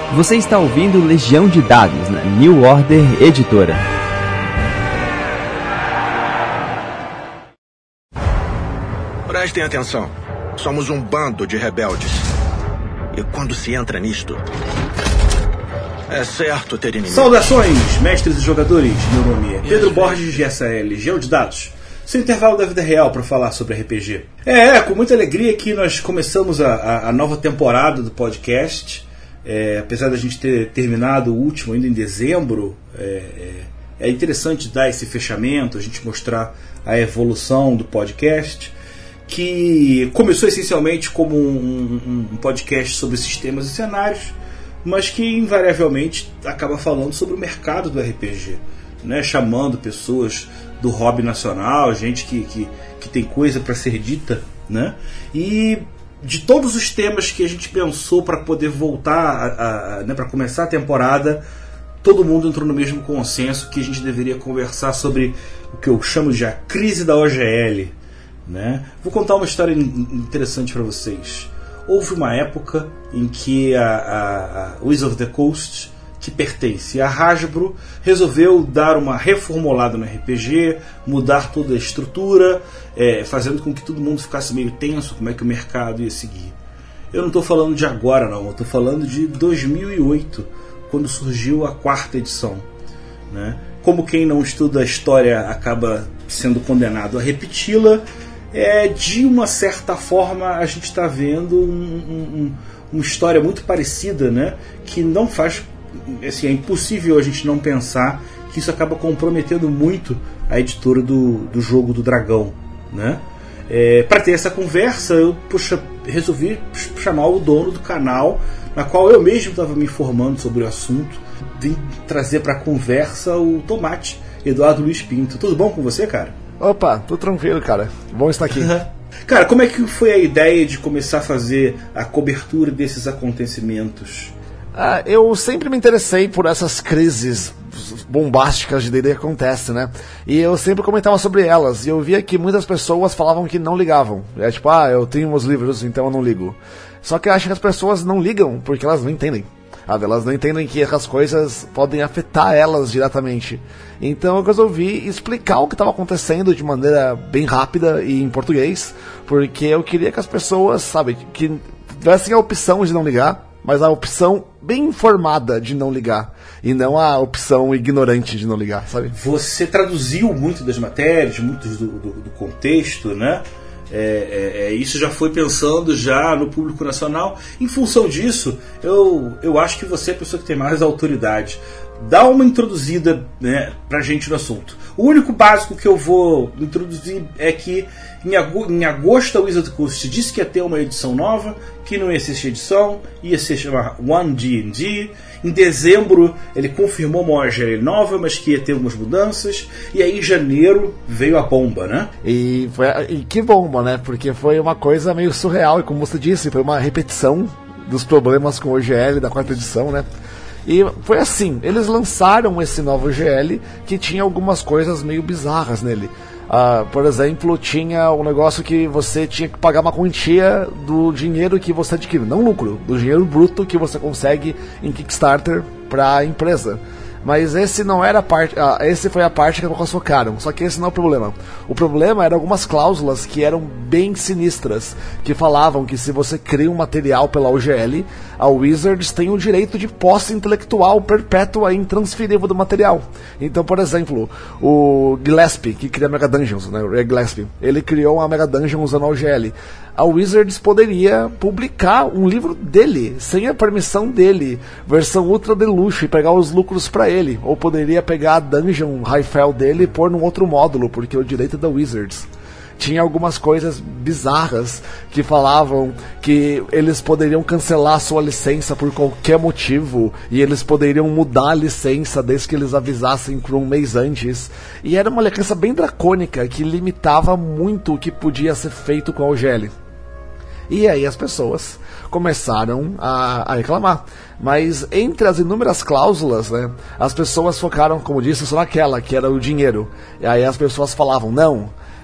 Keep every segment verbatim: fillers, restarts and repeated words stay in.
Você está ouvindo Legião de Dados na New Order Editora. Prestem atenção. Somos um bando de rebeldes. E quando se entra nisto, é certo ter inimigos. Saudações, mestres e jogadores. Meu nome é Pedro Borges e essa é Legião de Dados, seu intervalo da vida real para falar sobre R P G. É, é, com muita alegria que nós começamos a, a, a nova temporada do podcast. É, apesar da gente ter terminado o último ainda em dezembro, é, é, é interessante dar esse fechamento, a gente mostrar a evolução do podcast, que começou essencialmente como um, um podcast sobre sistemas e cenários, mas que invariavelmente acaba falando sobre o mercado do R P G, né? Chamando pessoas do hobby nacional, gente que, que, que tem coisa para ser dita, né? E de todos os temas que a gente pensou para poder voltar, a, a, né, para começar a temporada, todo mundo entrou no mesmo consenso que a gente deveria conversar sobre o que eu chamo de a crise da O G L, né? Vou contar uma história interessante para vocês. Houve uma época em que a, a, a Wizards of the Coast, que pertence à Hasbro, resolveu dar uma reformulada no R P G, mudar toda a estrutura, é, fazendo com que todo mundo ficasse meio tenso como é que o mercado ia seguir. Eu não estou falando de agora, não. Eu estou falando de dois mil e oito, quando surgiu a quarta edição, né? Como quem não estuda a história acaba sendo condenado a repeti-la, é, de uma certa forma a gente está vendo um, um, um, uma história muito parecida, né? Que não faz... Assim, é impossível a gente não pensar que isso acaba comprometendo muito a editora do, do Jogo do Dragão, né? É, para ter essa conversa, eu puxa, resolvi chamar o dono do canal, na qual eu mesmo estava me informando sobre o assunto, vim trazer para a conversa o Tomate, Eduardo Luiz Pinto. Tudo bom com você, cara? Opa, tudo tranquilo, cara. Bom estar aqui. Cara, como é que foi a ideia de começar a fazer a cobertura desses acontecimentos? Ah, eu sempre me interessei por essas crises bombásticas de D e D que acontecem, né? E eu sempre comentava sobre elas. E eu via que muitas pessoas falavam que não ligavam. É tipo, ah, eu tenho meus livros, então eu não ligo. Só que eu acho que as pessoas não ligam porque elas não entendem. Ah, elas não entendem que as coisas podem afetar elas diretamente. Então eu resolvi explicar o que estava acontecendo de maneira bem rápida e em português, porque eu queria que as pessoas, sabe, que tivessem a opção de não ligar, mas a opção bem informada de não ligar, e não a opção ignorante de não ligar, sabe? Você traduziu muito das matérias, muito do, do, do contexto, né? É, é, isso já foi pensando já no público nacional. Em função disso, eu, eu acho que você é a pessoa que tem mais autoridade. Dá uma introduzida, né, pra gente no assunto. O único básico que eu vou introduzir é que em, ag- em agosto a Wizards of the Coast disse que ia ter uma edição nova, que não ia ser edição, ia se chamar One D and D. Em dezembro ele confirmou uma O G L nova, mas que ia ter algumas mudanças. E aí em janeiro veio a bomba, né? E, foi, e que bomba, né? Porque foi uma coisa meio surreal, e como você disse, foi uma repetição dos problemas com o O G L da quarta edição, né? E foi assim, eles lançaram esse novo O G L que tinha algumas coisas meio bizarras nele. Uh, por exemplo, tinha um negócio que você tinha que pagar uma quantia do dinheiro que você adquire, não lucro, do dinheiro bruto que você consegue em Kickstarter para a empresa. Mas esse não era a parte, ah, esse foi a parte que eles focaram. Só que esse não é o problema. O problema eram algumas cláusulas que eram bem sinistras, que falavam que se você cria um material pela O G L, a Wizards tem o direito de posse intelectual perpétua e intransferível do material. Então, por exemplo, o Gillespie, que cria Mega Dungeons, né, o Ray Gillespie, ele criou uma Mega Dungeon usando a O G L. A Wizards poderia publicar um livro dele, sem a permissão dele, versão ultra de luxo, e pegar os lucros pra ele. Ou poderia pegar a Dungeon Highfell dele e pôr num outro módulo, porque o direito é da Wizards. Tinha algumas coisas bizarras que falavam que eles poderiam cancelar sua licença por qualquer motivo, e eles poderiam mudar a licença desde que eles avisassem por um mês antes. E era uma licença bem dracônica que limitava muito o que podia ser feito com a O G L. E aí as pessoas começaram a, a reclamar. Mas entre as inúmeras cláusulas, né, as pessoas focaram, como disse, só naquela, que era o dinheiro. E aí as pessoas falavam, não,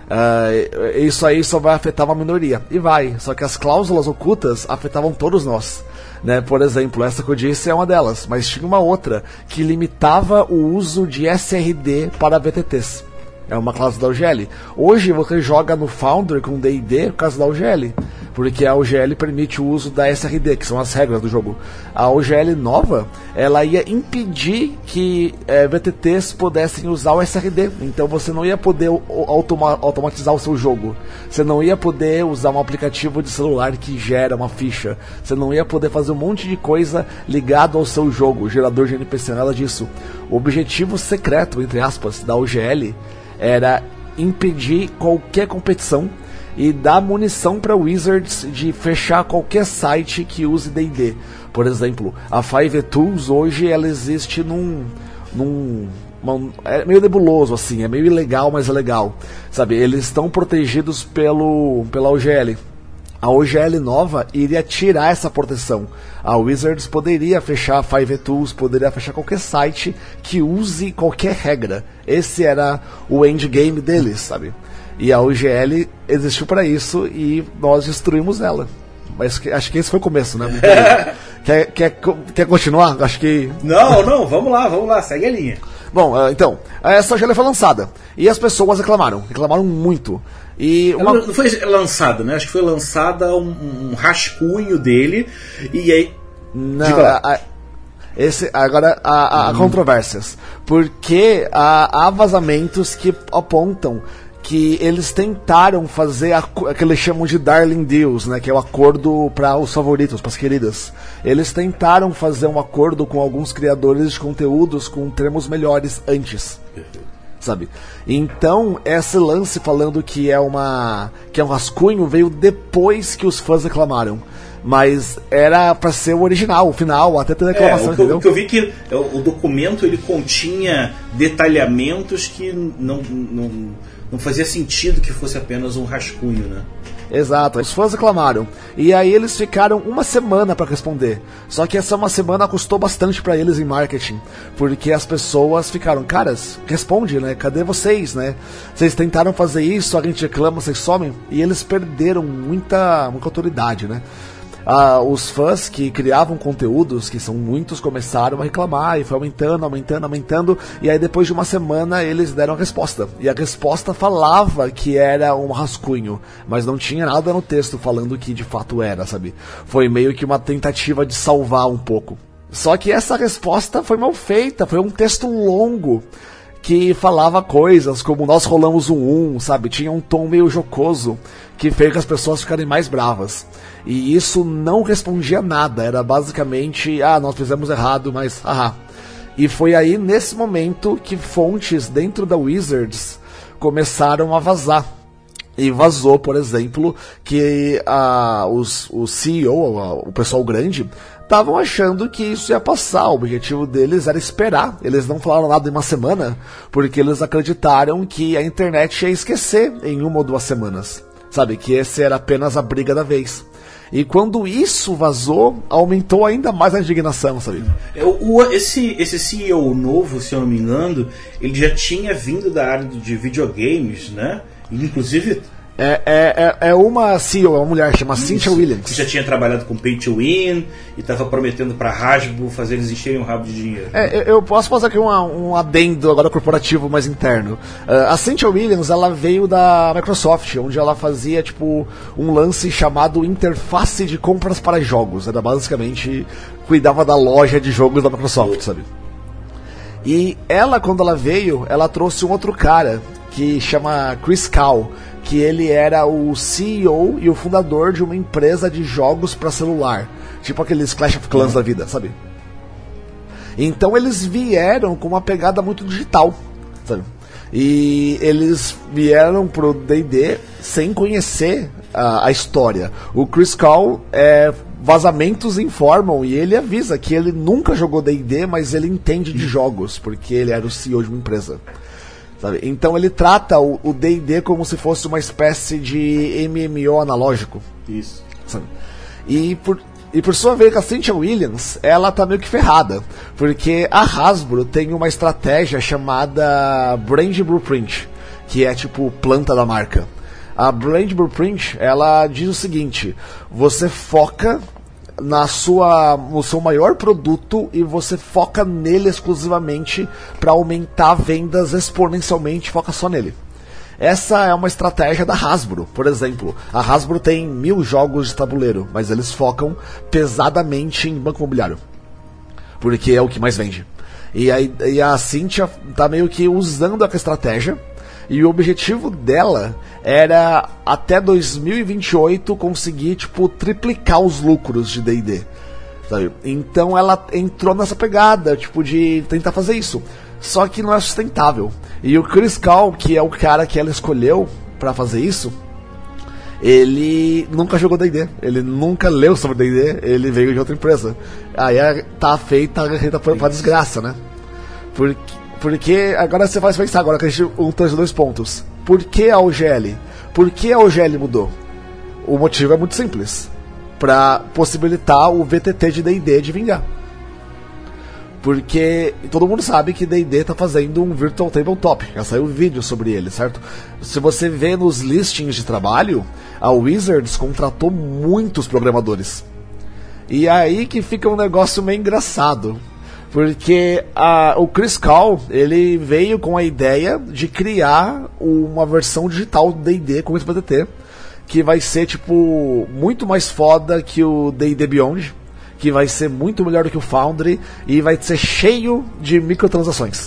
Uh, isso aí só vai afetar uma minoria. E vai, só que as cláusulas ocultas afetavam todos nós. Né? Por exemplo, essa que eu disse é uma delas, mas tinha uma outra que limitava o uso de S R D para V T Ts. É uma cláusula da U G L. Hoje você joga no Foundry com D e D por causa da U G L, porque a U G L permite o uso da S R D, que são as regras do jogo. A U G L nova, ela ia impedir que é, V T Ts pudessem usar o S R D. Então você não ia poder automa- automatizar o seu jogo. Você não ia poder usar um aplicativo de celular que gera uma ficha. Você não ia poder fazer um monte de coisa ligado ao seu jogo, gerador de N P C, nada disso. O objetivo secreto, entre aspas, da U G L era impedir qualquer competição e dar munição para Wizards de fechar qualquer site que use D e D. Por exemplo, a five E Tools hoje ela existe num... num uma, é meio nebuloso assim, é meio ilegal, mas é legal. Sabe, eles estão protegidos pelo, pela U G L. A U G L nova iria tirar essa proteção. A Wizards poderia fechar a five E Tools, poderia fechar qualquer site que use qualquer regra. Esse era o endgame deles, sabe? E a U G L existiu para isso e nós destruímos ela. Mas que, acho que esse foi o começo, né? quer, quer, quer continuar? Acho que... Não, não, vamos lá, vamos lá, segue a linha. Bom, então, essa U G L foi lançada e as pessoas reclamaram, reclamaram muito. E uma... Não foi lançada, né? Acho que foi lançada um, um rascunho dele e aí... Não, a, a, esse, agora há, há hum. controvérsias, porque há, há vazamentos que apontam que eles tentaram fazer a, a que eles chamam de Darling Deals, né, que é o acordo para os favoritos, para as queridas. Eles tentaram fazer um acordo com alguns criadores de conteúdos com termos melhores antes. Sabe? Então, esse lance falando que é uma que é um rascunho veio depois que os fãs reclamaram. Mas era pra ser o original, o final, até ter reclamação, é, o que, entendeu? O que eu vi que o, o documento ele continha detalhamentos que não, não, não fazia sentido que fosse apenas um rascunho, né? Exato, os fãs reclamaram. E aí eles ficaram uma semana pra responder. Só que essa uma semana custou bastante pra eles em marketing. Porque as pessoas ficaram, caras, responde, né? Cadê vocês, né? Vocês tentaram fazer isso, a gente reclama, vocês somem. E eles perderam muita, muita autoridade, né? Ah, os fãs que criavam conteúdos, que são muitos, começaram a reclamar e foi aumentando, aumentando, aumentando, e aí depois de uma semana eles deram a resposta, e a resposta falava que era um rascunho, mas não tinha nada no texto falando que de fato era, sabe? Foi meio que uma tentativa de salvar um pouco. Só que essa resposta foi mal feita, foi um texto longo, que falava coisas como nós rolamos um um, sabe? Tinha um tom meio jocoso, que fez as pessoas ficarem mais bravas. E isso não respondia nada, era basicamente, ah, nós fizemos errado, mas, ah. E foi aí, nesse momento, que fontes dentro da Wizards começaram a vazar. E vazou, por exemplo, que ah, os, o C E O, a, o pessoal grande, estavam achando que isso ia passar. O objetivo deles era esperar. Eles não falaram nada em uma semana, porque eles acreditaram que a internet ia esquecer em uma ou duas semanas. Sabe, que esse era apenas a briga da vez. E quando isso vazou, aumentou ainda mais a indignação, sabe? O, o, esse, esse C E O novo, se eu não me engano, ele já tinha vindo da área de videogames, né? Inclusive... É, é, é uma C E O, uma mulher, chama Cynthia Williams. Que já tinha trabalhado com Pay to Win e estava prometendo para a Hasbro fazer eles encherem um rabo de dinheiro. É, eu, eu posso fazer aqui uma, um adendo agora corporativo mais interno. Uh, a Cynthia Williams, ela veio da Microsoft, onde ela fazia tipo um lance chamado interface de compras para jogos. Era basicamente, cuidava da loja de jogos da Microsoft, sabe? E ela, quando ela veio, ela trouxe um outro cara que chama Chris Cal, que ele era o C E O e o fundador de uma empresa de jogos para celular, tipo aqueles Clash of Clans uhum. da vida, sabe? Então eles vieram com uma pegada muito digital, sabe? E eles vieram pro D e D sem conhecer a, a história. O Chris Cal, é, vazamentos informam e ele avisa que ele nunca jogou D e D, mas ele entende de jogos, porque ele era o C E O de uma empresa. Sabe? Então ele trata o D e D como se fosse uma espécie de M M O analógico. Isso. Sabe? E por, e por sua vez, a Cynthia Williams, ela tá meio que ferrada. Porque a Hasbro tem uma estratégia chamada Brand Blueprint, que é tipo planta da marca. A Brand Blueprint, ela diz o seguinte: você foca na sua, no seu maior produto e você foca nele exclusivamente para aumentar vendas exponencialmente, foca só nele. Essa é uma estratégia da Hasbro, por exemplo. A Hasbro tem mil jogos de tabuleiro, mas eles focam pesadamente em banco imobiliário, porque é o que mais vende. E a, e a Cynthia tá meio que usando aquela estratégia, e o objetivo dela era até dois mil e vinte e oito conseguir tipo triplicar os lucros de D e D, sabe? Então ela entrou nessa pegada tipo de tentar fazer isso, só que não é sustentável. E o Chris Call, que é o cara que ela escolheu pra fazer isso, ele nunca jogou D e D, ele nunca leu sobre D e D, ele veio de outra empresa. Aí tá feita a reta pra desgraça, né? Porque Porque agora você vai pensar, agora que a gente juntou os dois pontos. Por que a O G L? Por que a O G L mudou? O motivo é muito simples. Para possibilitar o V T T de D e D de vingar. Porque todo mundo sabe que D e D tá fazendo um Virtual Tabletop. Já saiu um vídeo sobre ele, certo? Se você vê nos listings de trabalho, a Wizards contratou muitos programadores. E aí que fica um negócio meio engraçado. Porque a, o Chris Call, ele veio com a ideia de criar uma versão digital do D e D com esse V T T, que vai ser tipo muito mais foda que o D e D Beyond, que vai ser muito melhor do que o Foundry e vai ser cheio de microtransações.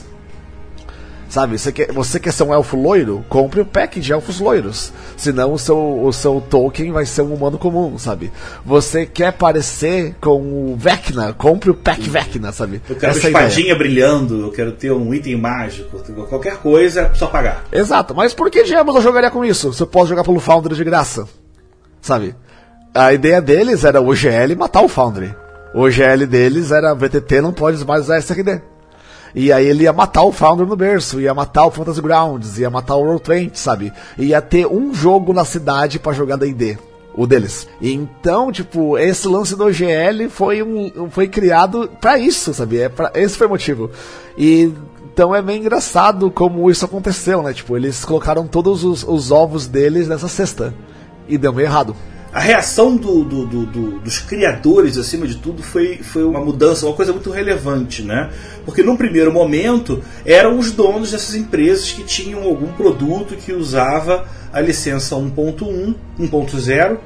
Sabe, você quer, você quer ser um elfo loiro? Compre o pack de elfos loiros. Senão o seu, o seu token vai ser um humano comum, sabe? Você quer parecer com o Vecna? Compre o pack Vecna, sabe? Eu quero Essa uma espadinha ideia. brilhando, eu quero ter um item mágico, qualquer coisa é só pagar. Exato, mas por que diabos eu jogaria com isso? Se eu posso jogar pelo Foundry de graça? Sabe? A ideia deles era o O G L matar o Foundry. O O G L deles era V T T não pode mais usar S R D. E aí ele ia matar o Founder no berço, ia matar o Fantasy Grounds, ia matar o Roll vinte, sabe? Ia ter um jogo na cidade pra jogar D e D, o deles. Então, tipo, esse lance do O G L foi, um, foi criado pra isso, sabe? É pra, esse foi o motivo. E então é meio engraçado como isso aconteceu, né? Tipo, eles colocaram todos os, os ovos deles nessa cesta. E deu meio errado. A reação do, do, do, do, dos criadores, acima de tudo, foi, foi uma mudança, uma coisa muito relevante, né? Porque num primeiro momento eram os donos dessas empresas que tinham algum produto que usava a licença um ponto um, um ponto zero,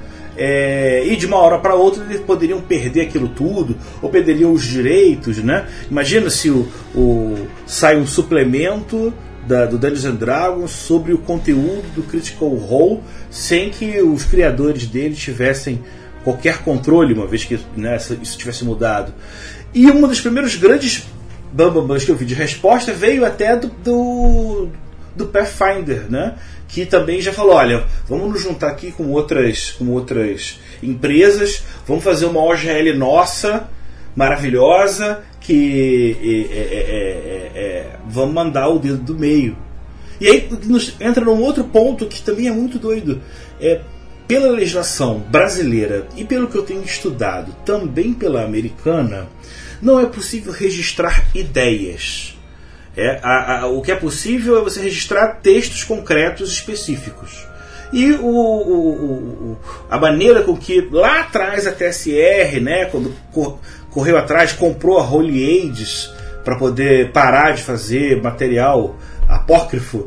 é, e de uma hora para outra eles poderiam perder aquilo tudo, ou perderiam os direitos, né? Imagina se o, o, sai um suplemento Da, do Dungeons and Dragons sobre o conteúdo do Critical Role sem que os criadores dele tivessem qualquer controle, uma vez que, né, isso tivesse mudado. E um dos primeiros grandes bambambãs que eu vi de resposta veio até do, do, do Pathfinder, né, que também já falou, olha, vamos nos juntar aqui com outras, com outras empresas, vamos fazer uma O G L nossa, maravilhosa, que é, é, é, é, vamos mandar o dedo do meio. E aí nos entra num outro ponto que também é muito doido. É, pela legislação brasileira e pelo que eu tenho estudado, também pela americana, não é possível registrar ideias. É, a, a, o que é possível é você registrar textos concretos específicos. E o, o, o, a maneira com que lá atrás a T S R, né, quando cor, correu atrás, comprou a Holy Ages para poder parar de fazer material apócrifo,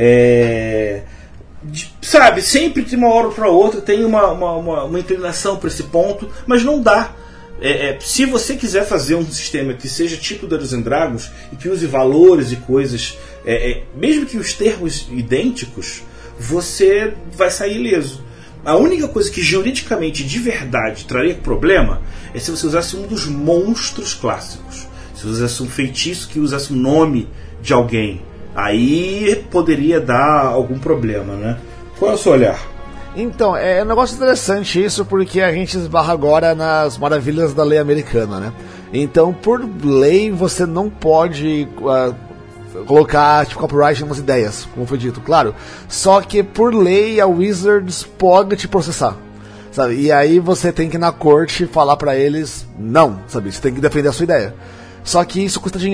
é, de, sabe, sempre de uma hora para outra tem uma, uma, uma, uma inclinação para esse ponto, mas não dá. É, é, se você quiser fazer um sistema que seja tipo Dungeons and Dragons e que use valores e coisas, é, é, mesmo que os termos idênticos, você vai sair ileso. A única coisa que juridicamente de verdade traria problema é se você usasse um dos monstros clássicos. Se você usasse um feitiço que usasse o nome de alguém, aí poderia dar algum problema, né? Qual é o seu olhar? Então, é um negócio interessante isso, porque a gente esbarra agora nas maravilhas da lei americana, né? Então, por lei, você não pode uh, colocar tipo, copyright em umas ideias, como foi dito, claro. Só que, por lei, a Wizards pode te processar, sabe? E aí você tem que ir na corte falar pra eles, não, sabe? Você tem que defender a sua ideia. Só que isso custa dinheiro.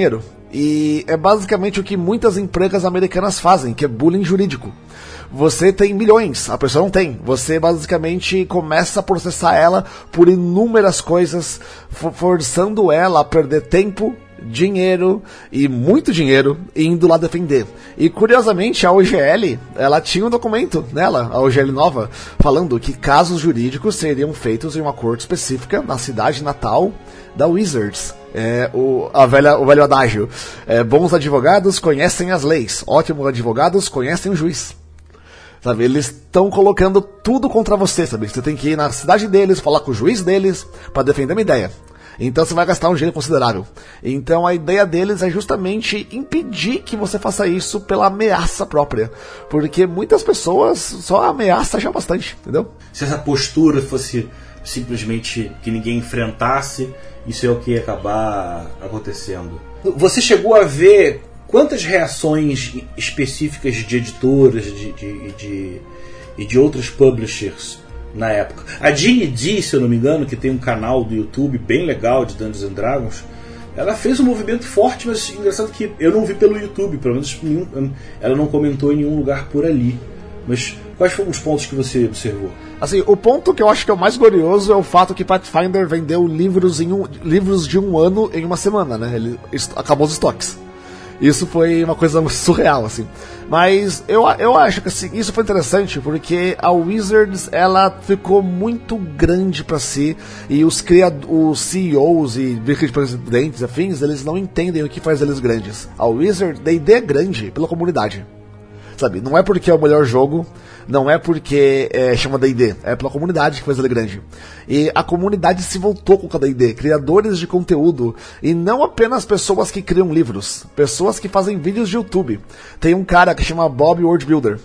E é basicamente o que muitas empresas americanas fazem, que é bullying jurídico. Você tem milhões, a pessoa não tem. Você basicamente começa a processar ela por inúmeras coisas, forçando ela a perder tempo, dinheiro e muito dinheiro indo lá defender. E curiosamente a O G L, ela tinha um documento nela, a O G L nova, falando que casos jurídicos seriam feitos em uma corte específica na cidade natal da Wizards. É, o, a velha, o velho adágio, é, bons advogados conhecem as leis, ótimos advogados conhecem o juiz. Sabe, eles estão colocando tudo contra você, sabe? Você tem que ir na cidade deles, falar com o juiz deles para defender uma ideia. Então você vai gastar um dinheiro considerável. Então a ideia deles é justamente impedir que você faça isso pela ameaça própria. Porque muitas pessoas só ameaçam já bastante, entendeu? Se essa postura fosse simplesmente que ninguém enfrentasse, isso é o que ia acabar acontecendo. Você chegou a ver quantas reações específicas de editoras de, de, de, e de outros publishers na época? A D and D, se eu não me engano, que tem um canal do YouTube bem legal de Dungeons and Dragons, ela fez um movimento forte, mas engraçado que eu não vi pelo YouTube, pelo menos nenhum, ela não comentou em nenhum lugar por ali. Mas quais foram os pontos que você observou? Assim, o ponto que eu acho que é o mais glorioso é o fato que Pathfinder vendeu livros, em um, livros de um ano em uma semana, né? Ele acabou os estoques. Isso foi uma coisa surreal, assim. Mas eu, eu acho que assim, isso foi interessante porque a Wizards, ela ficou muito grande pra si, e os, criad- os C E Os e vice-presidentes afins, eles não entendem o que faz eles grandes. A Wizards, D and D é grande pela comunidade. Sabe, não é porque é o melhor jogo, não é porque é, chama D and D, é pela comunidade que faz ele grande. E a comunidade se voltou com o D and D, criadores de conteúdo, e não apenas pessoas que criam livros, pessoas que fazem vídeos de YouTube. Tem um cara que chama Bob World Builder.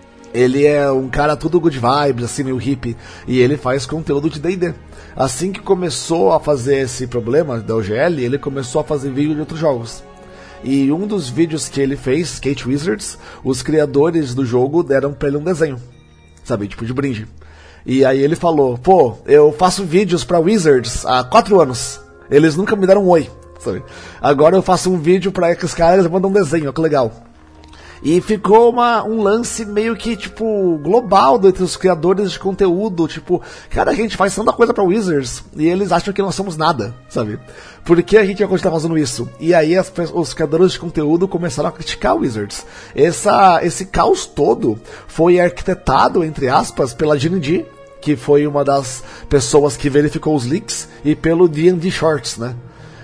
Ele é um cara tudo good vibes, assim, meio hippie, e ele faz conteúdo de D and D. Assim que começou a fazer esse problema da O G L, ele começou a fazer vídeo de outros jogos. E um dos vídeos que ele fez, Skate Wizards, os criadores do jogo deram pra ele um desenho, sabe, tipo de brinde. E aí ele falou, pô, eu faço vídeos pra Wizards há quatro anos, eles nunca me deram um oi, sabe. Agora eu faço um vídeo pra esses caras, eles mandam um desenho, ó, que legal. E ficou uma, um lance meio que, tipo, global entre os criadores de conteúdo. Tipo, cara, a gente faz tanta coisa pra Wizards e eles acham que nós somos nada, sabe? Por que a gente vai continuar fazendo isso? E aí as, os criadores de conteúdo começaram a criticar Wizards. Essa, esse caos todo foi arquitetado, entre aspas, pela D and D, que foi uma das pessoas que verificou os leaks, e pelo D and D Shorts, né?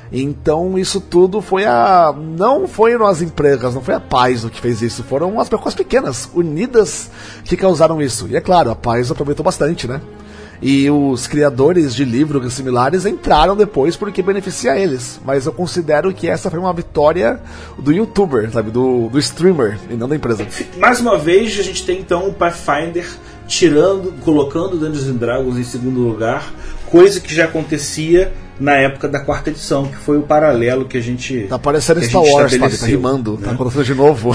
Então isso tudo foi a... não foram as empresas, não foi a Paizo que fez isso, foram as pessoas pequenas, unidas, que causaram isso. E é claro, a Paizo aproveitou bastante, né? E os criadores de livros similares entraram depois porque beneficia eles. Mas eu considero que essa foi uma vitória do youtuber, sabe? Do, do streamer, e não da empresa. Mais uma vez a gente tem então o Pathfinder tirando, colocando Dungeons and Dragons em segundo lugar, coisa que já acontecia na época da quarta edição, que foi o paralelo que a gente... Tá parecendo Star Wars, tá, tá rimando, né? Tá acontecendo de novo.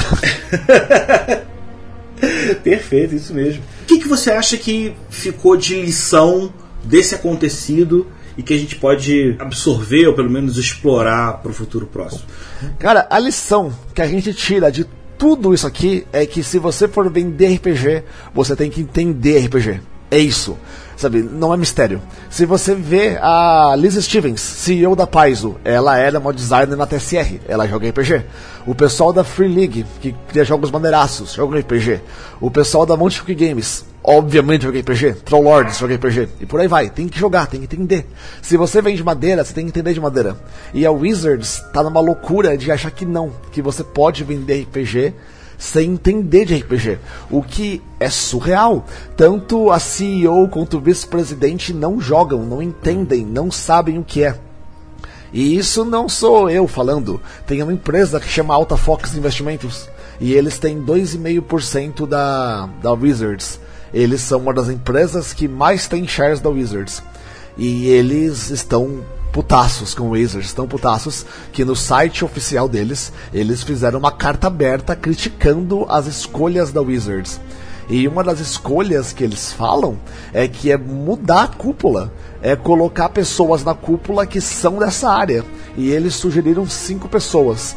Perfeito, isso mesmo. O que, que você acha que ficou de lição desse acontecido e que a gente pode absorver, ou pelo menos explorar para o futuro próximo? Cara, a lição que a gente tira de tudo isso aqui é que se você for vender R P G, você tem que entender R P G. É isso. Sabe, não é mistério. Se você vê a Liz Stevens, C E O da Paizo, ela era uma designer na T S R, ela joga R P G. O pessoal da Free League, que cria jogos maneiraços, joga R P G. O pessoal da Montific Games, obviamente joga R P G. Troll Lords joga R P G. E por aí vai, tem que jogar, tem que entender. Se você vende madeira, você tem que entender de madeira. E a Wizards tá numa loucura de achar que não, que você pode vender R P G sem entender de R P G, o que é surreal. Tanto a C E O quanto o vice-presidente não jogam, não entendem, não sabem o que é. E isso não sou eu falando, tem uma empresa que chama Alta Fox Investimentos, e eles têm dois vírgula cinco por cento da, da Wizards. Eles são uma das empresas que mais tem shares da Wizards, e eles estão putaços com Wizards, tão putaços que no site oficial deles, eles fizeram uma carta aberta criticando as escolhas da Wizards. E uma das escolhas que eles falam é que é mudar a cúpula, é colocar pessoas na cúpula que são dessa área. E eles sugeriram cinco pessoas.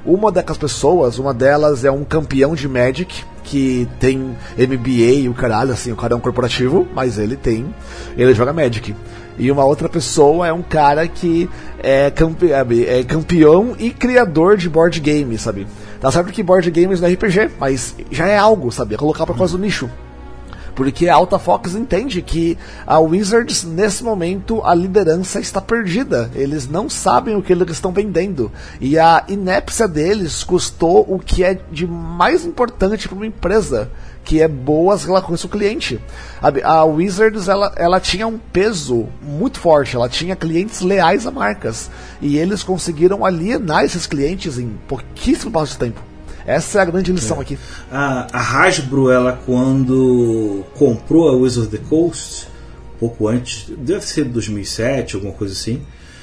Uma dessas pessoas, uma delas é um campeão de Magic, que tem M B A e o caralho, assim, o cara é um corporativo, mas ele tem, ele joga Magic. E uma outra pessoa é um cara que é, campe, é campeão e criador de board game, sabe? Tá certo que board games não é R P G, mas já é algo, sabe? É colocar pra causa do nicho. Porque a Alta Fox entende que a Wizards, nesse momento, a liderança está perdida. Eles não sabem o que eles estão vendendo. E a inépcia deles custou o que é de mais importante para uma empresa, que é boas relações com o cliente. A, a Wizards, ela, ela tinha um peso muito forte, ela tinha clientes leais a marcas. E eles conseguiram alienar esses clientes em pouquíssimo espaço de tempo. Essa é a grande lição é. aqui. A, a Hasbro, ela quando comprou a Wizards of the Coast, pouco antes, deve ser dois mil e sete, alguma coisa assim,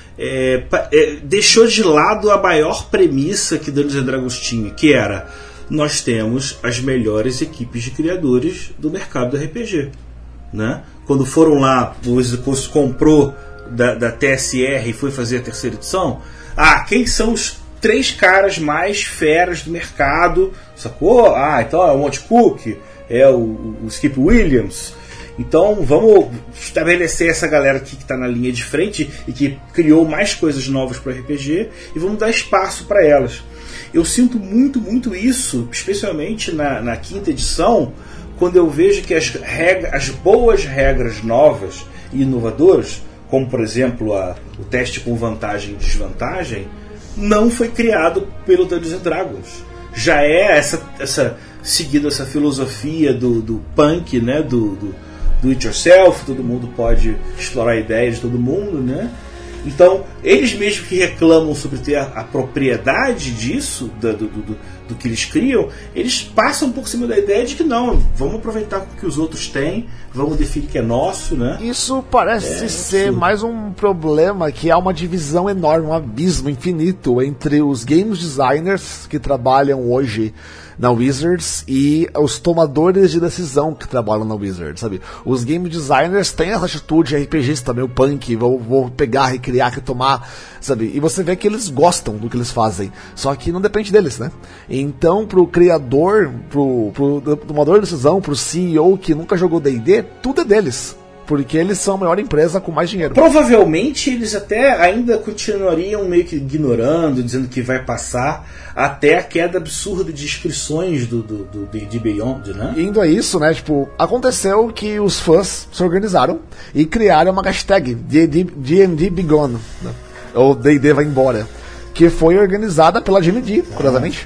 é, é, deixou de lado a maior premissa que Dungeons and Dragons tinha, que era: nós temos as melhores equipes de criadores do mercado do R P G. Né? Quando foram lá, o Wizards of the Coast comprou da, da T S R e foi fazer a terceira edição, ah, quem são os três caras mais feras do mercado, sacou? Ah, então é o Monty Cook, é o, o Skip Williams. Então vamos estabelecer essa galera aqui que está na linha de frente e que criou mais coisas novas para o R P G e vamos dar espaço para elas. Eu sinto muito, muito isso, especialmente na, na quinta edição, quando eu vejo que as, regras, as boas regras novas e inovadoras, como por exemplo a, o teste com vantagem e desvantagem, não foi criado pelo Dungeons and Dragons. Já é essa, essa seguindo essa filosofia do, do punk, né? do, do, do it yourself, todo mundo pode explorar ideias de todo mundo, né? Então, eles mesmos que reclamam sobre ter a, a propriedade disso, do, do, do, do que eles criam, eles passam um pouco cima da ideia de que não, vamos aproveitar o que os outros têm, vamos definir que é nosso, né? Isso parece é, ser absurdo. Mais um problema, que há uma divisão enorme, um abismo infinito entre os games designers que trabalham hoje na Wizards e os tomadores de decisão que trabalham na Wizards, sabe? Os game designers têm essa atitude R P Gista, meio punk, vou, vou pegar, recriar, retomar, sabe? E você vê que eles gostam do que eles fazem, só que não depende deles, né? Então, pro criador, pro, pro tomador de decisão, pro C E O que nunca jogou D e D, tudo é deles. Porque eles são a maior empresa com mais dinheiro. Provavelmente eles até ainda continuariam meio que ignorando, dizendo que vai passar, até a queda absurda de inscrições do D e D Beyond, né? Indo a isso, né, tipo, aconteceu que os fãs se organizaram e criaram uma hashtag D e D Be Gone, né? Ou D e D vai embora, que foi organizada pela Jimmy D, curiosamente.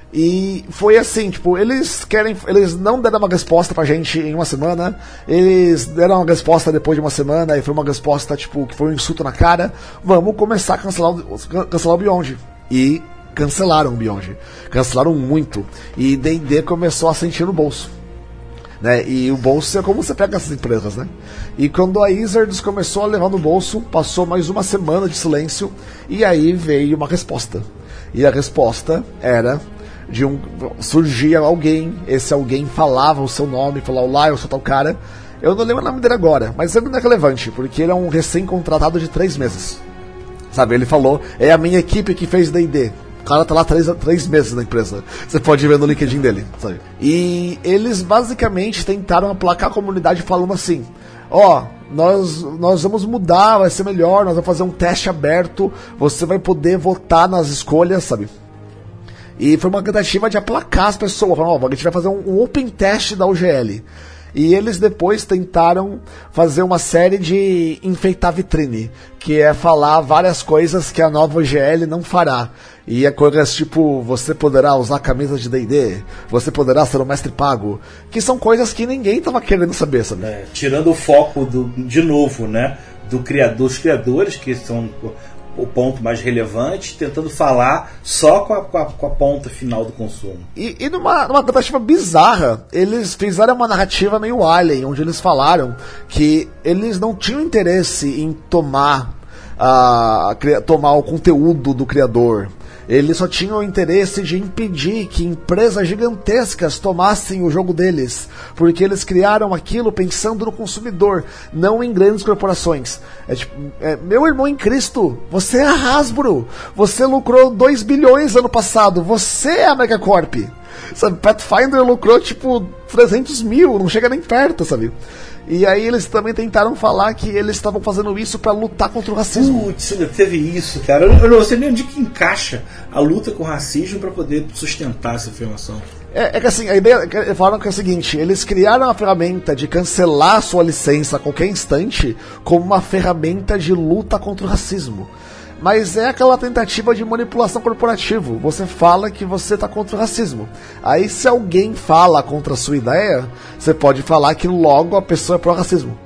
E foi assim, tipo, eles querem, eles não deram uma resposta pra gente em uma semana, eles deram uma resposta depois de uma semana, e foi uma resposta, tipo, que foi um insulto na cara. Vamos começar a cancelar o, cancelar o Beyond. E cancelaram o Beyond. Cancelaram muito. E D e D começou a sentir no bolso. Né? E o bolso é como você pega essas empresas, né? E quando a Wizards começou a levar no bolso, passou mais uma semana de silêncio, e aí veio uma resposta. E a resposta era... de um, surgia alguém, esse alguém falava o seu nome, falava: olá, eu sou tal cara. Eu não lembro o nome dele agora, mas ele não é relevante, porque ele é um recém-contratado de três meses. Sabe, ele falou: é a minha equipe que fez D e D. O cara tá lá três, três meses na empresa. Você pode ver no LinkedIn dele, sabe? E eles basicamente tentaram aplacar a comunidade falando assim: ó, oh, nós, nós vamos mudar, vai ser melhor, nós vamos fazer um teste aberto, você vai poder votar nas escolhas, sabe? E foi uma tentativa de aplacar as pessoas. Falaram: ó, a gente vai fazer um, um open test da U G L. E eles depois tentaram fazer uma série de enfeitar vitrine, que é falar várias coisas que a nova U G L não fará. E é coisas tipo: você poderá usar camisas de D e D, você poderá ser um mestre pago, que são coisas que ninguém estava querendo saber, sabe? É, tirando o foco, do, de novo, né, do criador, dos criadores, que são o ponto mais relevante, tentando falar só com a, com a, com a ponta final do consumo. E, e numa, numa tentativa bizarra, eles fizeram uma narrativa meio Alien, onde eles falaram que eles não tinham interesse em tomar, uh, tomar o conteúdo do criador. Eles só tinham o interesse de impedir que empresas gigantescas tomassem o jogo deles, porque eles criaram aquilo pensando no consumidor, não em grandes corporações. É tipo, é, meu irmão em Cristo, você é a Hasbro, você lucrou dois bilhões ano passado, você é a Megacorp. Sabe, Pathfinder lucrou tipo trezentos mil, não chega nem perto, sabe? E aí eles também tentaram falar que eles estavam fazendo isso pra lutar contra o racismo. Putz, ainda teve isso, cara. Eu, eu não sei nem onde que encaixa a luta com o racismo pra poder sustentar essa afirmação. É, é que assim, a ideia, falaram que é o seguinte, eles criaram a ferramenta de cancelar a sua licença a qualquer instante como uma ferramenta de luta contra o racismo. Mas é aquela tentativa de manipulação corporativa. Você fala que você está contra o racismo. Aí se alguém fala contra a sua ideia, você pode falar que logo a pessoa é pró-racismo.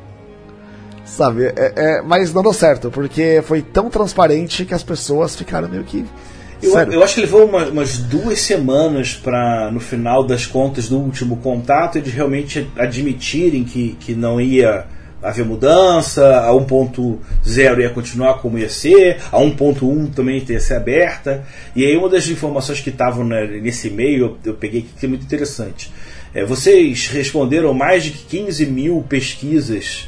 Sabe? É, é, mas não deu certo, porque foi tão transparente que as pessoas ficaram meio que... Eu, eu acho que levou uma, umas duas semanas para, no final das contas do último contato, eles realmente admitirem que, que não ia haver mudança, a um ponto zero ia continuar como ia ser, a um ponto um também ia ser aberta. E aí uma das informações que estavam nesse e-mail, eu, eu peguei que é muito interessante. É, vocês responderam mais de quinze mil pesquisas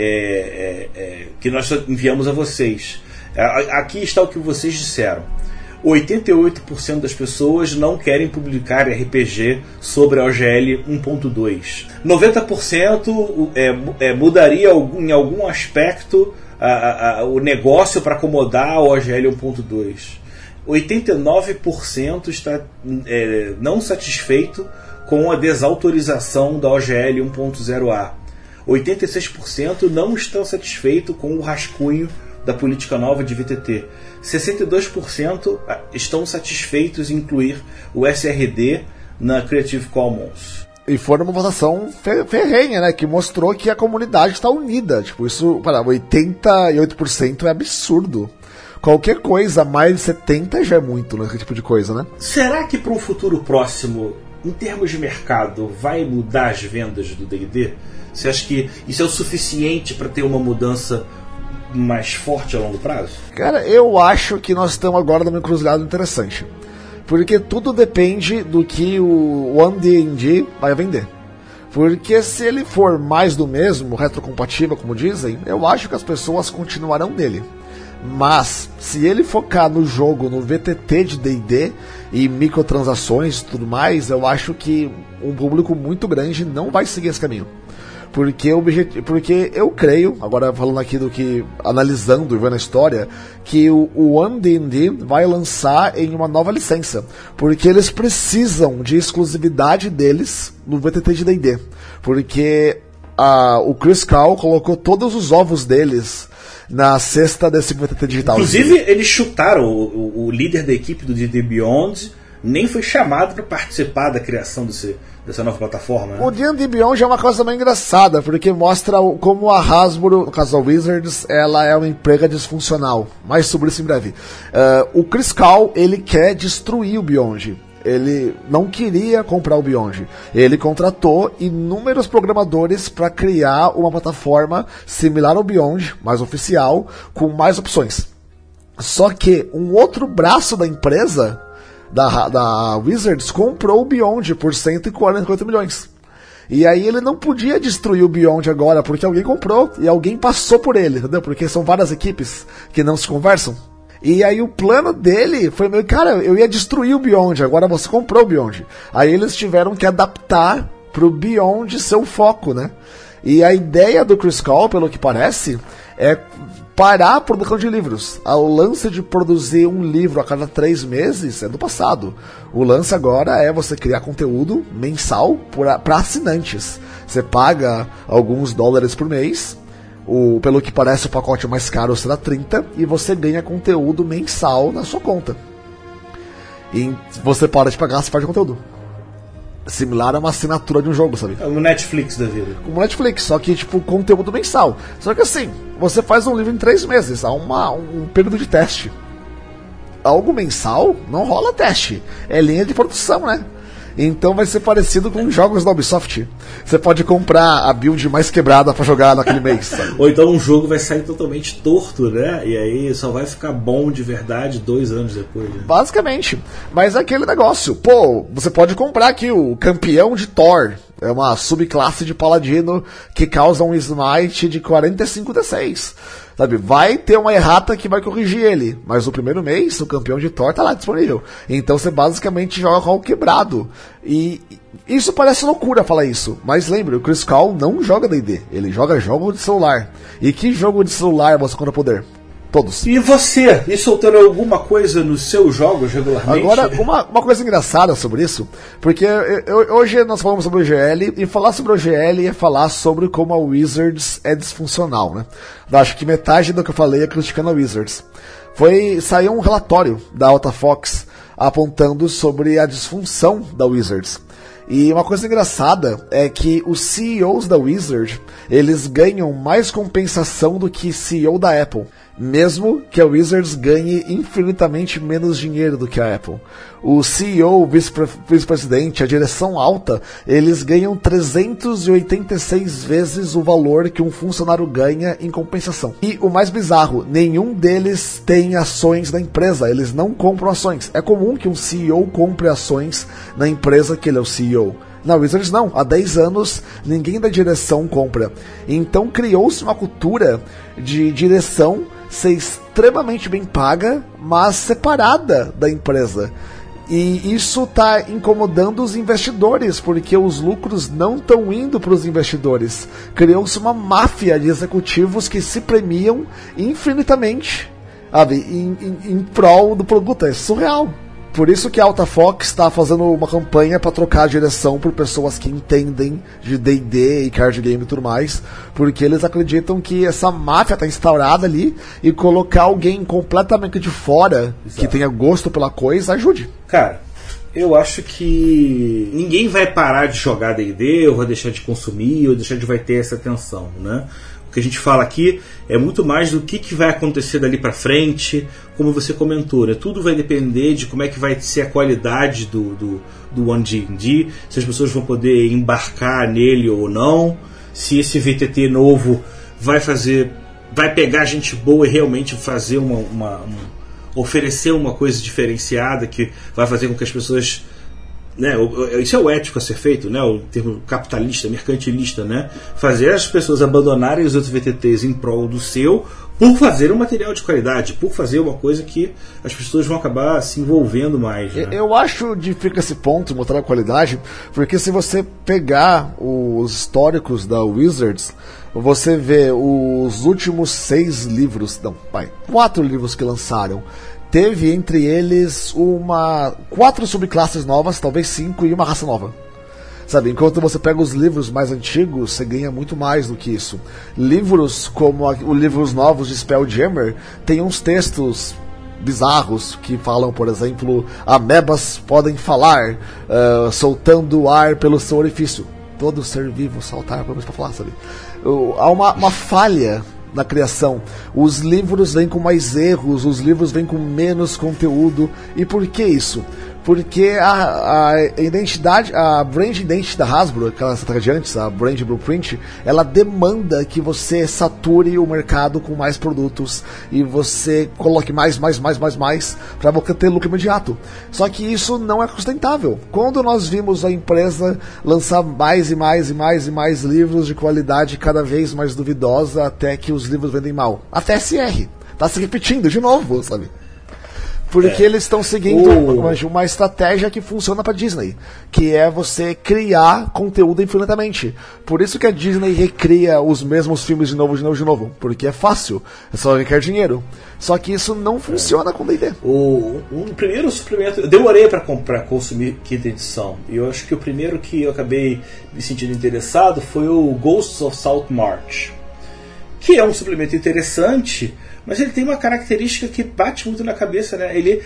é, é, é, que nós enviamos a vocês. Aqui está o que vocês disseram. oitenta e oito por cento das pessoas não querem publicar R P G sobre a O G L um ponto dois. noventa por cento é, é, mudaria algum, em algum aspecto a, a, o negócio para acomodar a O G L um ponto dois. oitenta e nove por cento está é, não satisfeito com a desautorização da O G L um ponto zero A. oitenta e seis por cento não estão satisfeitos com o rascunho da política nova de V T T. sessenta e dois por cento estão satisfeitos em incluir o S R D na Creative Commons. E foi uma votação ferrenha, né? Que mostrou que a comunidade está unida. Tipo, isso, para oitenta e oito por cento é absurdo. Qualquer coisa, mais de setenta por cento já é muito, né? Esse tipo de coisa, né? Será que para um futuro próximo, em termos de mercado, vai mudar as vendas do D e D? Você acha que isso é o suficiente para ter uma mudança mais forte a longo prazo? Cara, eu acho que nós estamos agora numa encruzilhada interessante. Porque tudo depende do que o One D and D vai vender. Porque se ele for mais do mesmo, retrocompatível, como dizem, eu acho que as pessoas continuarão nele. Mas, se ele focar no jogo, no V T T de D e D e microtransações e tudo mais, eu acho que um público muito grande não vai seguir esse caminho. Porque, objet... Porque eu creio, agora falando aqui do que, analisando e vendo a história, que o, o One D and D vai lançar em uma nova licença. Porque eles precisam de exclusividade deles no V T T de D e D. Porque a, o Chris Cal colocou todos os ovos deles na cesta desse V T T digital. Inclusive, eles chutaram o, o, o líder da equipe do D e D Beyond, nem foi chamado para participar da criação desse, dessa nova plataforma, né? O D and D Beyond é uma coisa meio engraçada, porque mostra como a Hasbro, no caso da Wizards, ela é uma empresa disfuncional. Mais sobre isso em breve. Uh, o Chris Cal, ele quer destruir o Beyond. Ele não queria comprar o Beyond. Ele contratou inúmeros programadores para criar uma plataforma similar ao Beyond, mais oficial, com mais opções. Só que um outro braço da empresa, da, da Wizards, comprou o Beyond por cento e quarenta milhões. E aí ele não podia destruir o Beyond agora, porque alguém comprou e alguém passou por ele, entendeu? Porque são várias equipes que não se conversam. E aí o plano dele foi meio, cara, eu ia destruir o Beyond, agora você comprou o Beyond. Aí eles tiveram que adaptar pro Beyond ser o foco, né? E a ideia do Chris Cal, pelo que parece, é parar a produção de livros. O lance de produzir um livro a cada três meses é do passado. O lance agora é você criar conteúdo mensal para assinantes. Você paga alguns dólares por mês. O, pelo que parece, o pacote mais caro será trinta e você ganha conteúdo mensal na sua conta. E você para de pagar, você perde conteúdo. Similar a uma assinatura de um jogo, sabe? É o Netflix da vida. Como Netflix, só que tipo conteúdo mensal. Só que assim, você faz um livro em três meses, há uma, um período de teste. Algo mensal não rola teste, é linha de produção, né? Então vai ser parecido com jogos da Ubisoft. Você pode comprar a build mais quebrada pra jogar naquele mês. Sabe? Ou então um jogo vai sair totalmente torto, né? E aí só vai ficar bom de verdade dois anos depois. Né? Basicamente. Mas é aquele negócio. Pô, você pode comprar aqui o campeão de Thor. É uma subclasse de paladino que causa um smite de quarenta e cinco D seis. Sabe, vai ter uma errata que vai corrigir ele. Mas no primeiro mês, o campeão de Thor tá lá disponível. Então você basicamente joga com o quebrado. E isso parece loucura falar isso. Mas lembre, o Chris Call não joga D e D. Ele joga jogo de celular. E que jogo de celular você conta poder? Todos. E você? E soltando alguma coisa nos seus jogos regularmente? Agora, uma, uma coisa engraçada sobre isso, porque eu, eu, hoje nós falamos sobre o G L, e falar sobre o G L é falar sobre como a Wizards é disfuncional, né? Eu acho que metade do que eu falei é criticando a Wizards. Foi, saiu um relatório da Alta Fox apontando sobre a disfunção da Wizards. E uma coisa engraçada é que os C E Os da Wizard, eles ganham mais compensação do que C E O da Apple. Mesmo que a Wizards ganhe infinitamente menos dinheiro do que a Apple. O C E O, o vice-presidente, a direção alta, eles ganham trezentos e oitenta e seis vezes o valor que um funcionário ganha em compensação. E o mais bizarro, nenhum deles tem ações na empresa, eles não compram ações. É comum que um C E O compre ações na empresa que ele é o C E O. Na Wizards não, há dez anos ninguém da direção compra. Então criou-se uma cultura de direção ser extremamente bem paga, mas separada da empresa. E isso está incomodando os investidores, porque os lucros não estão indo para os investidores. Criou-se uma máfia de executivos que se premiam infinitamente, sabe, em, em, em prol do produto. É surreal. Por isso que a Alta Fox está fazendo uma campanha para trocar a direção por pessoas que entendem de D e D e card game e tudo mais, porque eles acreditam que essa máfia está instaurada ali e colocar alguém completamente de fora, exato, que tenha gosto pela coisa, ajude. Cara, eu acho que ninguém vai parar de jogar D e D, ou vai deixar de consumir, ou deixar de vai ter essa atenção, né? O que a gente fala aqui é muito mais do que, que vai acontecer dali para frente, como você comentou, né? Tudo vai depender de como é que vai ser a qualidade do, do, do One D and D, se as pessoas vão poder embarcar nele ou não, se esse V T T novo vai fazer, vai pegar gente boa e realmente fazer uma, uma, uma oferecer uma coisa diferenciada que vai fazer com que as pessoas, né, isso é o ético a ser feito, né, o termo capitalista, mercantilista, né, fazer as pessoas abandonarem os outros V T Ts em prol do seu, por fazer um material de qualidade, por fazer uma coisa que as pessoas vão acabar se envolvendo mais, né? Eu acho difícil esse ponto, mostrar a qualidade, porque se você pegar os históricos da Wizards, você vê os últimos seis livros, não, pai, quatro livros que lançaram, teve entre eles uma quatro subclasses novas, talvez cinco, e uma raça nova. Sabe, enquanto você pega os livros mais antigos, você ganha muito mais do que isso. Livros como os livros novos de Spelljammer tem uns textos bizarros que falam, por exemplo, amebas podem falar, uh, soltando ar pelo seu orifício. Todo ser vivo saltar para falar, sabe? Uh, há uma, uma falha na criação. Os livros vêm com mais erros, os livros vêm com menos conteúdo. E por que isso? Porque a, a identidade, a brand identity da Hasbro, aquela estratégia antes, a brand blueprint, ela demanda que você sature o mercado com mais produtos e você coloque mais, mais, mais, mais, mais para você ter lucro imediato. Só que isso não é sustentável. Quando nós vimos a empresa lançar mais e mais e mais e mais livros de qualidade cada vez mais duvidosa até que os livros vendem mal. A T S R está se repetindo de novo, sabe? Porque é. eles estão seguindo uh. uma, uma estratégia que funciona para Disney, que é você criar conteúdo infinitamente. Por isso que a Disney recria os mesmos filmes de novo, de novo, de novo. Porque é fácil, é só requer dinheiro. Só que isso não funciona é. com D e D. O um primeiro suplemento, eu demorei para comprar, consumir quinta edição. E eu acho que o primeiro que eu acabei me sentindo interessado foi o Ghosts of Saltmarsh, que é um suplemento interessante, mas ele tem uma característica que bate muito na cabeça, né? Ele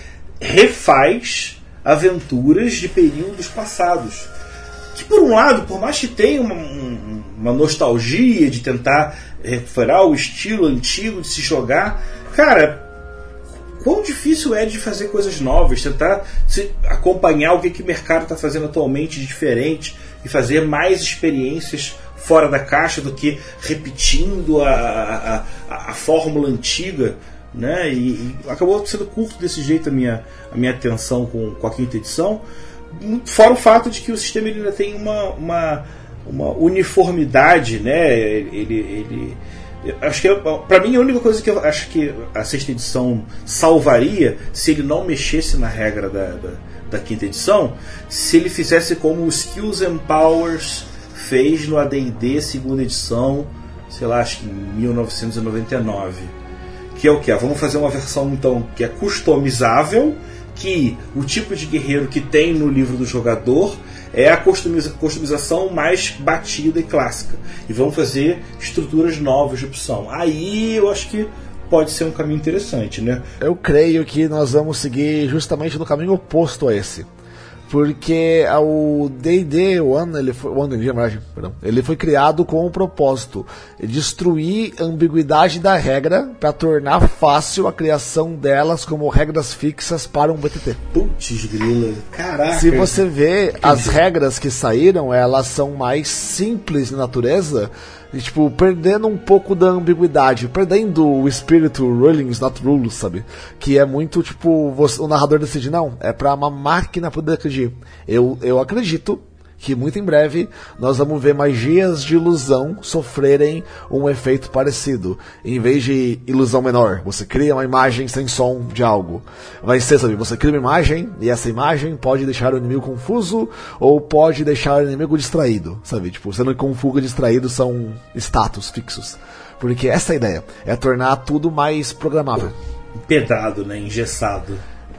refaz aventuras de períodos passados. Que, por um lado, por mais que tenha uma, uma nostalgia de tentar recuperar o estilo antigo de se jogar, cara, quão difícil é de fazer coisas novas, tentar se acompanhar o que, que o mercado está fazendo atualmente de diferente e fazer mais experiências fora da caixa do que repetindo a, a, a, a fórmula antiga, né? E, e acabou sendo curto desse jeito a minha, a minha atenção com, com a quinta edição, fora o fato de que o sistema ele ainda tem uma, uma, uma uniformidade, né? Ele, ele, acho que para mim a única coisa que eu acho que a sexta edição salvaria, se ele não mexesse na regra da, da, da quinta edição, se ele fizesse como o Skills and Powers fez no A D e D segunda edição, sei lá, acho que em mil novecentos e noventa e nove, que é o que? Vamos fazer uma versão então que é customizável, que o tipo de guerreiro que tem no livro do jogador é a customiza- customização mais batida e clássica, e vamos fazer estruturas novas de opção. Aí eu acho que pode ser um caminho interessante, né? Eu creio que nós vamos seguir justamente no caminho oposto a esse. Porque o D e D One, ele foi, One, perdão, ele foi criado com o propósito de destruir a ambiguidade da regra para tornar fácil a criação delas como regras fixas para um B T T. Putz grila, caraca. Se você vê as regras que saíram, elas são mais simples de natureza, e, tipo, perdendo um pouco da ambiguidade, perdendo o espírito rulings not rules, sabe? Que é muito, tipo, você, o narrador decide, não, é pra uma máquina poder decidir. Eu, eu acredito que muito em breve nós vamos ver magias de ilusão sofrerem um efeito parecido. Em vez de ilusão menor, você cria uma imagem sem som de algo. Vai ser, sabe, você cria uma imagem e essa imagem pode deixar o inimigo confuso ou pode deixar o inimigo distraído, sabe? Tipo, sendo que confuso e distraído são status fixos. Porque essa é a ideia, é tornar tudo mais programável. Empedrado, né? Engessado.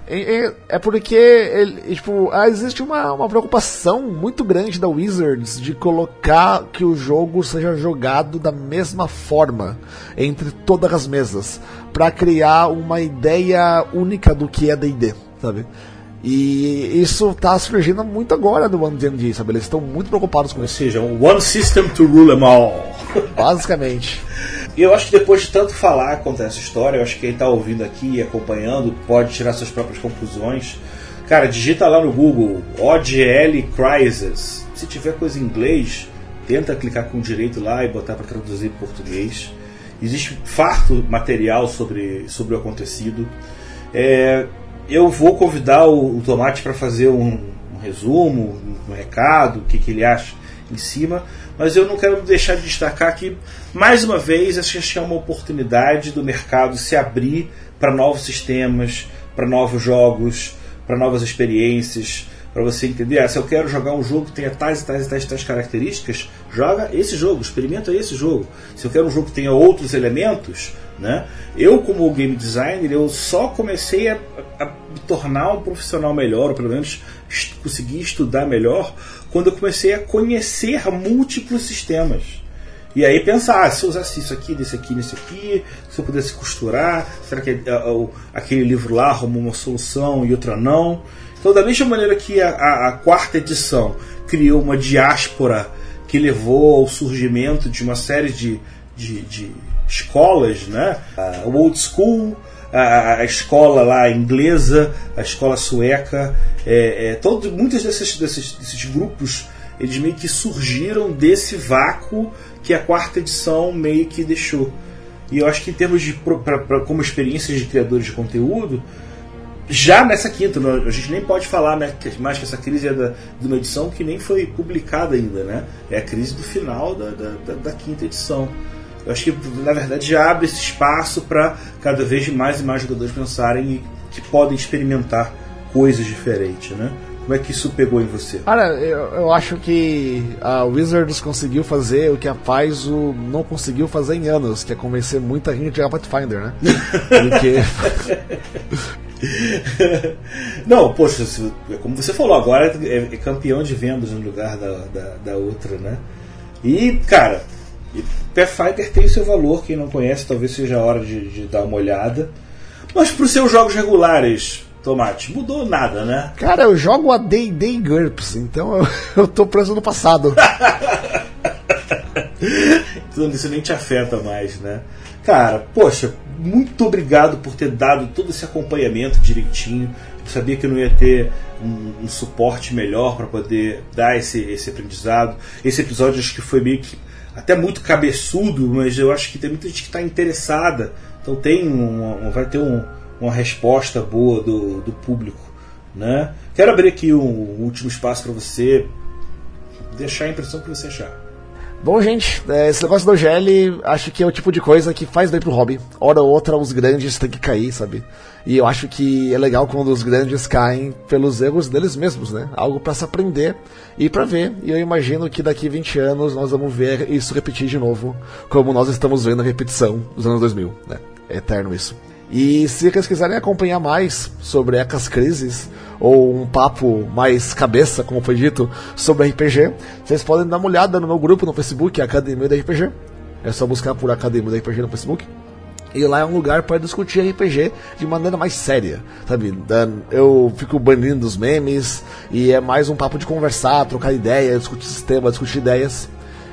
É, é porque ele, tipo, existe uma, uma preocupação muito grande da Wizards de colocar que o jogo seja jogado da mesma forma entre todas as mesas, para criar uma ideia única do que é D e D, sabe? E isso tá surgindo muito agora no One D and D, sabe? Eles estão muito preocupados com isso. Ou seja, um one system to rule them all. Basicamente. E eu acho que depois de tanto falar contra essa história, eu acho que quem está ouvindo aqui e acompanhando pode tirar suas próprias conclusões. Cara, digita lá no Google O G L Crisis. Se tiver coisa em inglês, tenta clicar com direito lá e botar para traduzir em português. Existe farto material sobre, sobre o acontecido. É, eu vou convidar o, o Tomate para fazer um, um resumo, um recado, o que, que ele acha em cima. Mas eu não quero deixar de destacar que, mais uma vez, acho que é uma oportunidade do mercado se abrir para novos sistemas, para novos jogos, para novas experiências, para você entender, ah, se eu quero jogar um jogo que tenha tais e tais e tais, tais características, joga esse jogo, experimenta esse jogo. Se eu quero um jogo que tenha outros elementos, né? Eu, como game designer, eu só comecei a, a me tornar um profissional melhor, ou pelo menos est- conseguir estudar melhor, quando eu comecei a conhecer múltiplos sistemas. E aí pensar, ah, se eu usasse isso aqui, desse aqui, nesse aqui, se eu pudesse costurar, será que uh, uh, aquele livro lá arrumou uma solução e outra não? Então, da mesma maneira que a, a, a quarta edição criou uma diáspora que levou ao surgimento de uma série de, de, de escolas, né? Uh, o old school, a, a escola lá inglesa, a escola sueca, é, é, todo, muitos desses, desses, desses grupos, eles meio que surgiram desse vácuo que a quarta edição meio que deixou. E eu acho que em termos de pra, pra, como experiências de criadores de conteúdo, já nessa quinta, a gente nem pode falar, né, mais que essa crise é da, de uma edição que nem foi publicada ainda, né? É a crise do final da, da, da, da quinta edição. Eu acho que, na verdade, já abre esse espaço para cada vez mais e mais jogadores pensarem que podem experimentar coisas diferentes, né? Como é que isso pegou em você? Cara, eu, eu acho que a Wizards conseguiu fazer o que a Paizo não conseguiu fazer em anos, que é convencer muita gente a jogar Pathfinder, né? Porque... Não, poxa, como você falou, agora é, é campeão de vendas no lugar da, da, da outra, né? E, cara, Pathfinder tem o seu valor, quem não conhece talvez seja a hora de, de dar uma olhada. Mas para os seus jogos regulares, Tomate, mudou nada, né? Cara, eu jogo a D e D em GURPS, então eu, eu tô preso no passado. Então isso nem te afeta mais, né? Cara, poxa, muito obrigado por ter dado todo esse acompanhamento direitinho. Eu sabia que eu não ia ter um, um suporte melhor para poder dar esse, esse aprendizado. Esse episódio acho que foi meio que até muito cabeçudo, mas eu acho que tem muita gente que está interessada. Então tem uma, vai ter um, uma resposta boa do, do público, né? Quero abrir aqui um, um último espaço para você deixar a impressão que você achar. Bom, gente, esse negócio do O G L acho que é o tipo de coisa que faz bem pro hobby. Hora ou outra os grandes têm que cair, sabe? E eu acho que é legal quando os grandes caem pelos erros deles mesmos, né? Algo pra se aprender e pra ver. E eu imagino que daqui vinte anos nós vamos ver isso repetir de novo, como nós estamos vendo a repetição dos anos dois mil, né? É eterno isso. E se vocês quiserem acompanhar mais sobre essas crises, ou um papo mais cabeça, como foi dito, sobre R P G, vocês podem dar uma olhada no meu grupo no Facebook, Academia da R P G. É só buscar por Academia da R P G no Facebook. E lá é um lugar para discutir R P G de maneira mais séria, sabe? Eu fico banindo os memes, e é mais um papo de conversar, trocar ideia, discutir sistema, discutir ideias.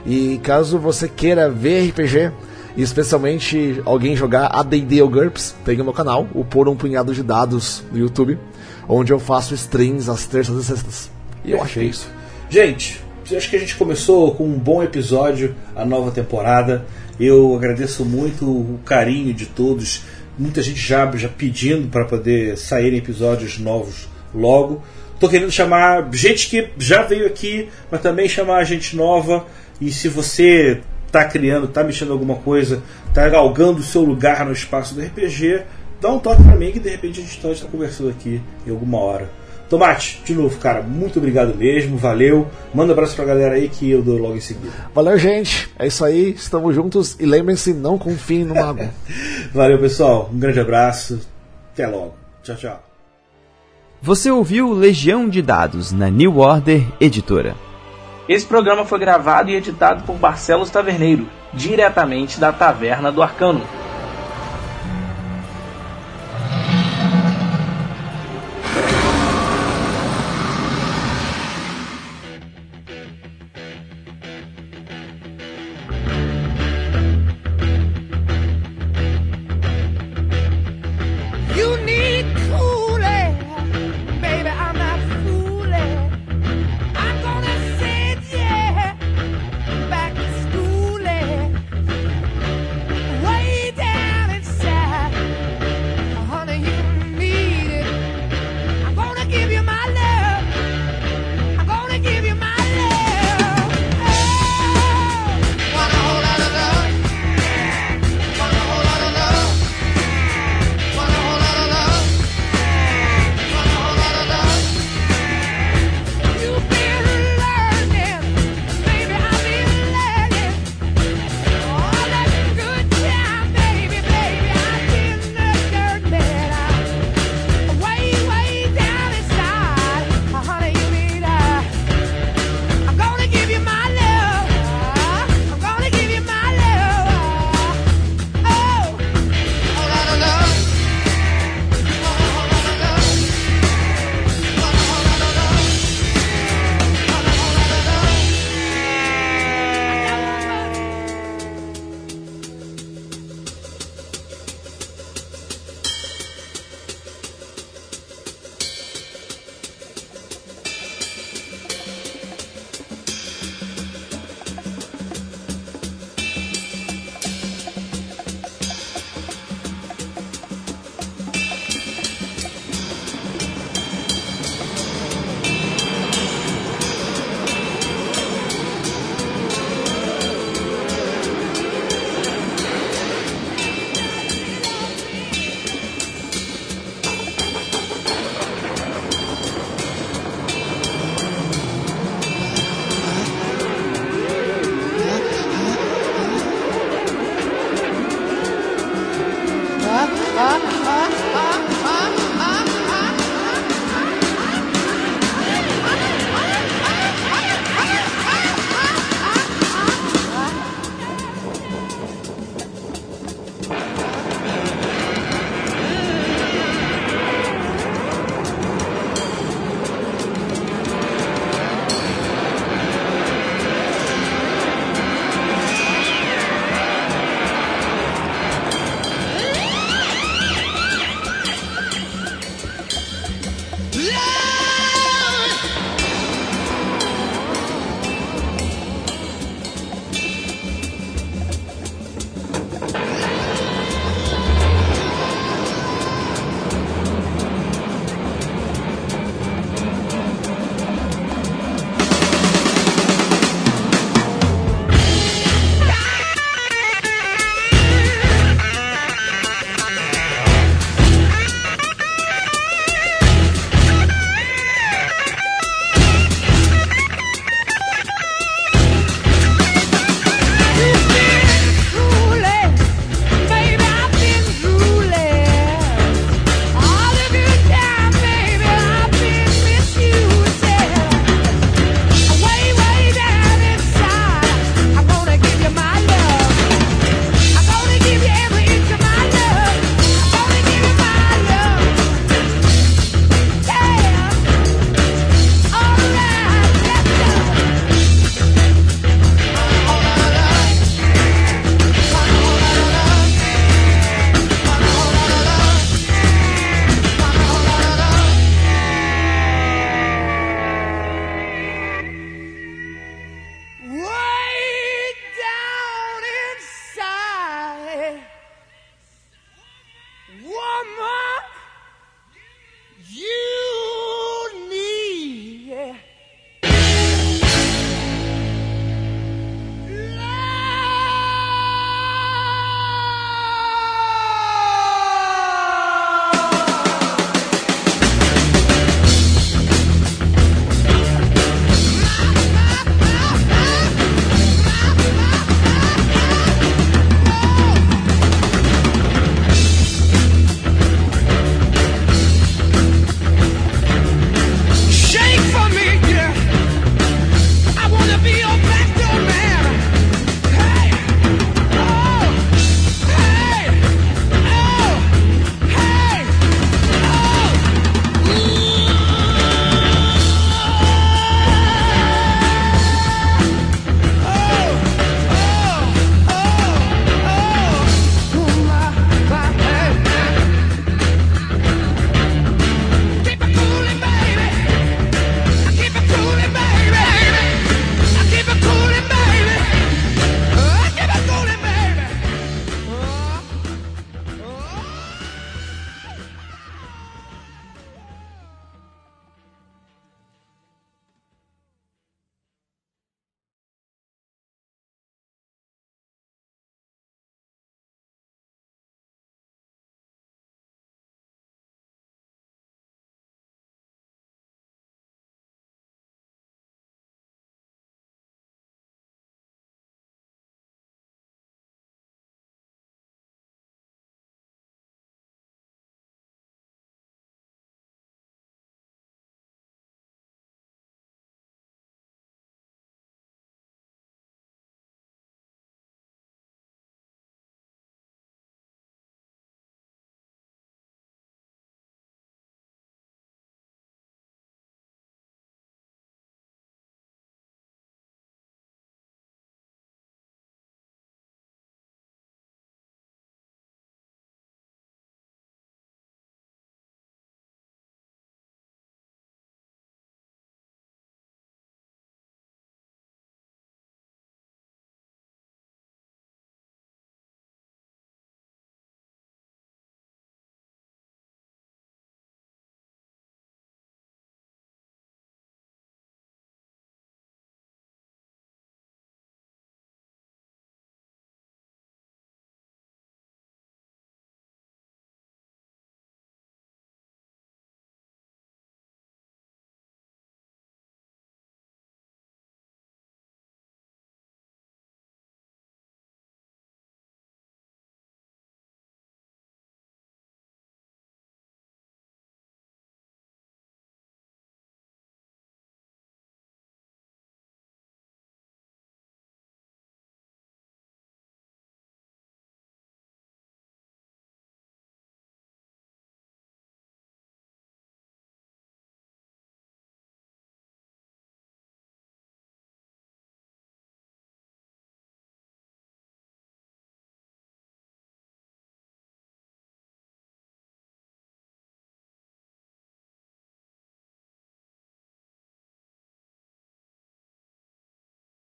E caso você queira ver R P G, e especialmente alguém jogar A D e D ou GURPS, tem no meu canal, o Por um Punhado de Dados no YouTube, onde eu faço streams às terças e sextas. E eu achei isso. Gente, acho que a gente começou com um bom episódio, a nova temporada. Eu agradeço muito o carinho de todos. Muita gente já, já pedindo para poder saírem episódios novos logo. Tô querendo chamar gente que já veio aqui, mas também chamar gente nova. E se você tá criando, tá mexendo alguma coisa, tá galgando o seu lugar no espaço do R P G, dá um toque pra mim que de repente a gente pode estar conversando aqui em alguma hora. Tomate, de novo, cara, muito obrigado mesmo, valeu. Manda um abraço pra galera aí que eu dou logo em seguida. Valeu, gente. É isso aí, estamos juntos e lembrem-se, não confiem no mago. Valeu, pessoal. Um grande abraço. Até logo. Tchau, tchau. Você ouviu Legião de Dados na New Order Editora. Esse programa foi gravado e editado por Barcelos Taverneiro, diretamente da Taverna do Arcano. Wave What?